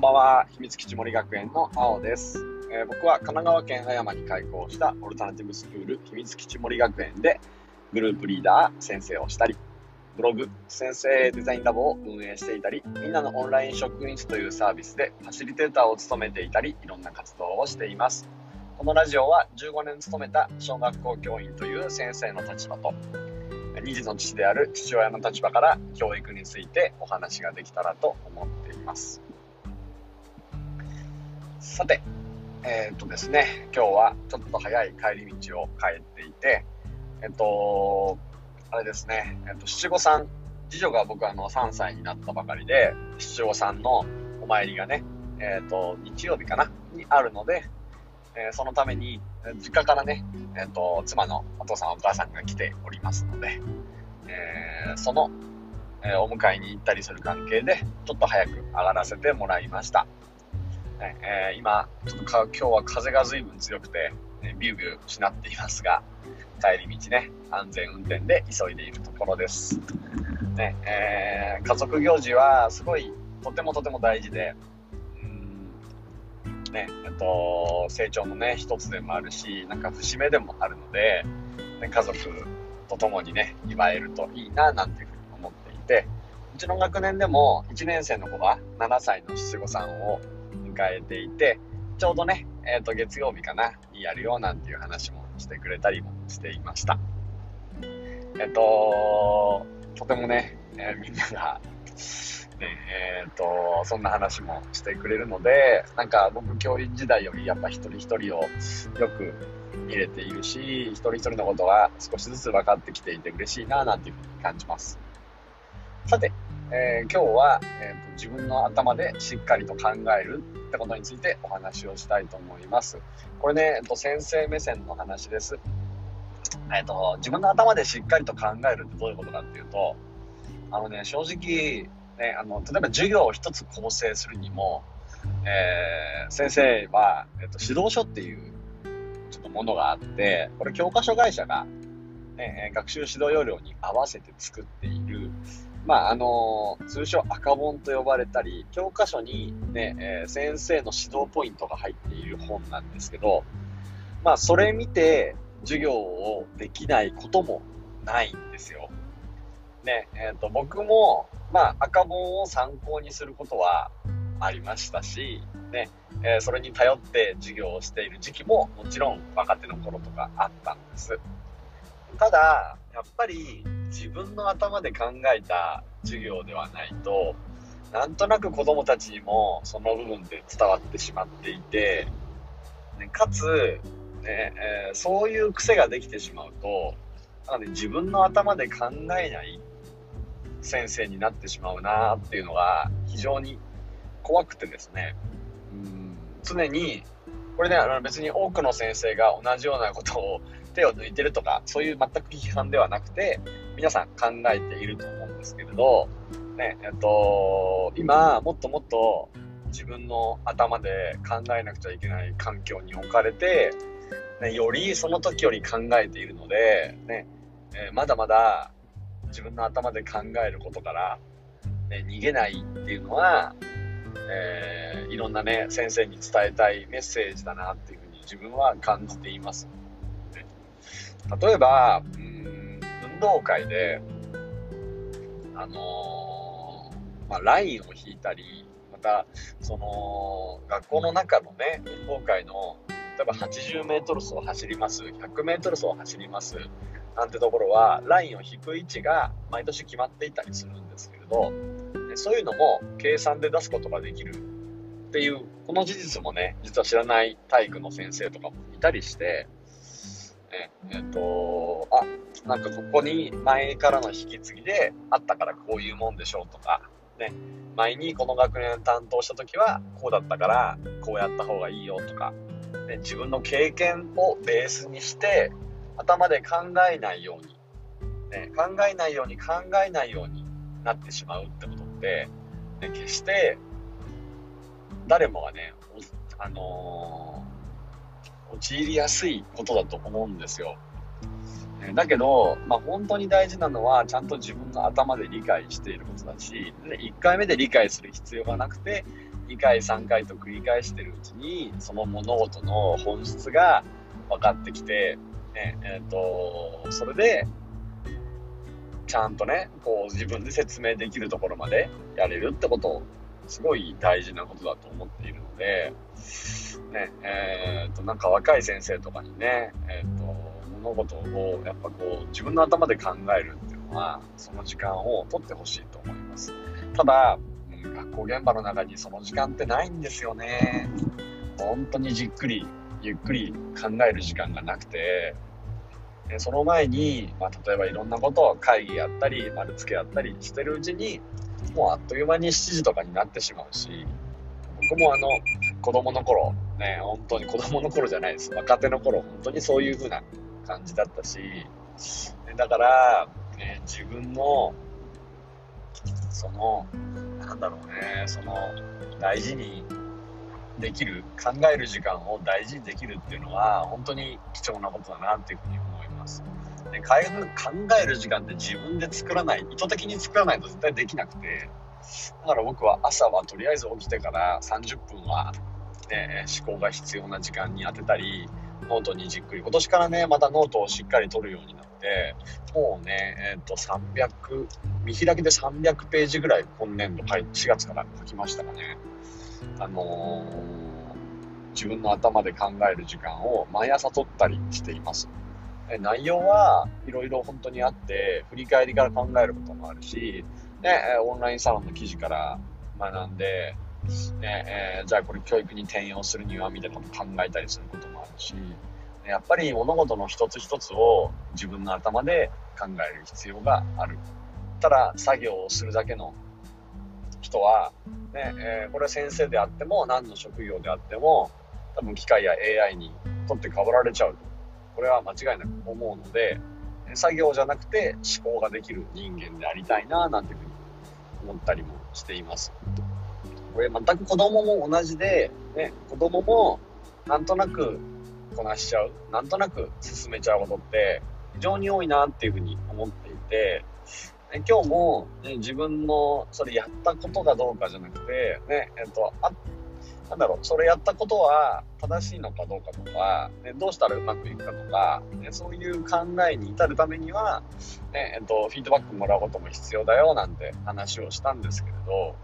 ばんは。秘密基地森学園の青です。僕は神奈川県葉山に開校したオルタナティブスクール秘密基地森学園でグループリーダー先生をしたり、ブログ先生デザインラボを運営していたり、みんなのオンライン職員室というサービスでファシリテーターを務めていたり、いろんな活動をしています。このラジオは15年勤めた小学校教員という先生の立場と、2児の父である父親の立場から教育についてお話ができたらと思っています。さて、ですね、今日はちょっと早い帰り道を帰っていて、あれですね、七五三、次女が僕3歳になったばかりで、七五三のお参りがね、日曜日かなにあるので、そのために実家からね、妻のお父さんお母さんが来ておりますので、その、お迎えに行ったりする関係でちょっと早く上がらせてもらいました。今ちょっと今日は風が随分強くて、ビュービューしなっていますが、帰り道ね、安全運転で急いでいるところです。家族行事はすごいとても大事で、成長のね一つでもあるし、なんか節目でもあるので、家族と共にね祝えるといいななんていうふうに思っていて、うちの学年でも1年生の子が7歳の七五三を迎えていて、ちょうどね、月曜日かなにやるよなんていう話もしてくれたりもしていました。とてもね、みんながそんな話もしてくれるので、なんか僕教員時代よりやっぱ一人一人をよく見れているし、一人一人のことが少しずつ分かってきていて嬉しいななんていうふうに感じます。さて、今日は、自分の頭でしっかりと考えるってことについてお話をしたいと思います。これね、先生目線の話です。自分の頭でしっかりと考えるってどういうことかっていうと、正直ね、例えば授業を一つ構成するにも、先生は、指導書っていうちょっとものがあって、これ教科書会社が、学習指導要領に合わせて作っている、通称赤本と呼ばれたり、教科書に、先生の指導ポイントが入っている本なんですけど、それ見て授業をできないこともないんですよ。僕も赤本を参考にすることはありましたし、それに頼って授業をしている時期ももちろん若手の頃とかあったんです。ただやっぱり自分の頭で考えた授業ではないと、なんとなく子どもたちにもその部分で伝わってしまっていて、かつ、そういう癖ができてしまうと、自分の頭で考えない先生になってしまうなっていうのが非常に怖くてですね、常にこれね、別に多くの先生が同じようなことを手を抜いてるとか、そういう全く批判ではなくて、皆さん考えていると思うんですけれど、今もっともっと自分の頭で考えなくちゃいけない環境に置かれて、よりその時より考えているので、まだまだ自分の頭で考えることから、逃げないっていうのは、いろんな先生に伝えたいメッセージだなっていうふうに自分は感じています。例えば、運動会で、ラインを引いたり、またその学校の中の運動会の例えば80メートル走走ります、100メートル走走りますなんてところはラインを引く位置が毎年決まっていたりするんですけれど、そういうのも計算で出すことができるっていうこの事実も実は知らない体育の先生とかもいたりして、なんかここに前からの引き継ぎであったからこういうもんでしょうとか、前にこの学年担当した時はこうだったからこうやった方がいいよとか、自分の経験をベースにして頭で考えないように、考えないようになってしまうってことって、決して誰もが陥りやすいことだと思うんですよ。だけど、本当に大事なのはちゃんと自分の頭で理解していることだし、1回目で理解する必要がなくて2 2回3回と繰り返してるうちにその物事の本質が分かってきて、それでちゃんとねこう自分で説明できるところまでやれるってことすごい大事なことだと思っているので、なんか若い先生とかにね、物事をやっぱこう自分の頭で考えるっていうのはその時間を取ってほしいと思います。ただ、学校現場の中にその時間ってないんですよね。本当にじっくりゆっくり考える時間がなくて、その前に、例えばいろんなことを会議やったり丸付けやったりしてるうちにもうあっという間に7時とかになってしまうし、僕も子供の頃ね、本当に子供の頃じゃないです、若手の頃本当にそういう風な感じだったし、だから、自分のその大事にできる考える時間を大事にできるっていうのは本当に貴重なことだなっていうふうに思います。で、考える時間って自分で作らない、意図的に作らないと絶対できなくて、だから僕は朝はとりあえず起きてから30分は、思考が必要な時間に当てたり、ノートにじっくり、今年からねまたノートをしっかり取るようになって、もうね、見開きで300ページぐらい今年度4月から書きましたかね。自分の頭で考える時間を毎朝取ったりしています。内容はいろいろ本当にあって、振り返りから考えることもあるし、オンラインサロンの記事から学んで、じゃあこれ教育に転用するにはみたいなことを考えたりすることもあるし、やっぱり物事の一つ一つを自分の頭で考える必要がある。ただ作業をするだけの人は、これは先生であっても何の職業であっても多分機械や AI に取って代わられちゃうと、これは間違いなく思うので、作業じゃなくて思考ができる人間でありたいななんていうふうに思ったりもしています。これ全く子供も同じで、子供もなんとなくこなしちゃう、なんとなく進めちゃうことって非常に多いなっていうふうに思っていて、今日も、自分のそれやったことがどうかじゃなくて、それやったことは正しいのかどうかとか、どうしたらうまくいくかとか、そういう考えに至るためには、フィードバックもらうことも必要だよなんて話をしたんですけれど、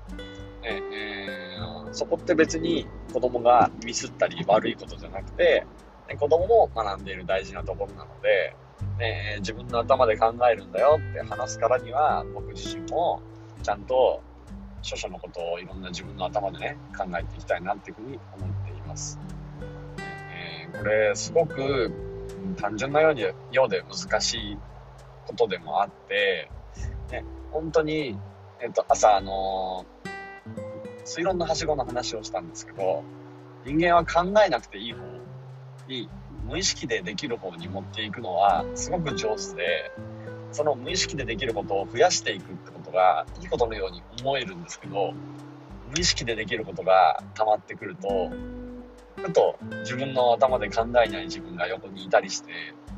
そこって別に子供がミスったり悪いことじゃなくて、子供も学んでいる大事なところなので、自分の頭で考えるんだよって話すからには、僕自身もちゃんと諸々のことをいろんな自分の頭で考えていきたいなっていうふうに思っています。これすごく単純なようで難しいことでもあって、本当に、朝推論のはしごの話をしたんですけど、人間は考えなくていい方に、無意識でできる方に持っていくのはすごく上手で、その無意識でできることを増やしていくってことがいいことのように思えるんですけど、無意識でできることが溜まってくると、ふと自分の頭で考えない自分が横にいたりして、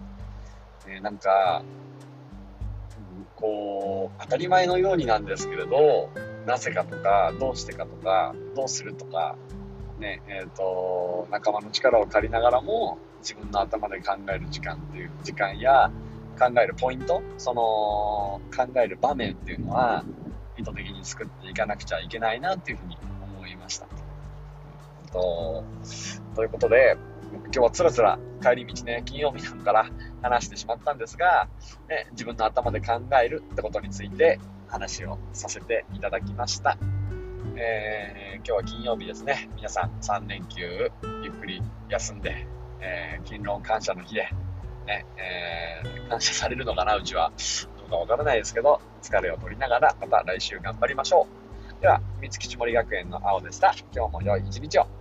こう当たり前のようになんですけれど、なぜかとかどうしてかとかどうするとか仲間の力を借りながらも自分の頭で考える時間っていう時間や考えるポイント、その考える場面っていうのは意図的に作っていかなくちゃいけないなっていうふうに思いました。ということで、今日はつらつら帰り道金曜日なのから話してしまったんですが、自分の頭で考えるってことについて話をさせていただきました。今日は金曜日ですね。皆さん3連休ゆっくり休んで、勤労感謝の日で、感謝されるのかな、うちはどうかわからないですけど、疲れを取りながらまた来週頑張りましょう。では、三月森学園の青でした。今日も良い一日を。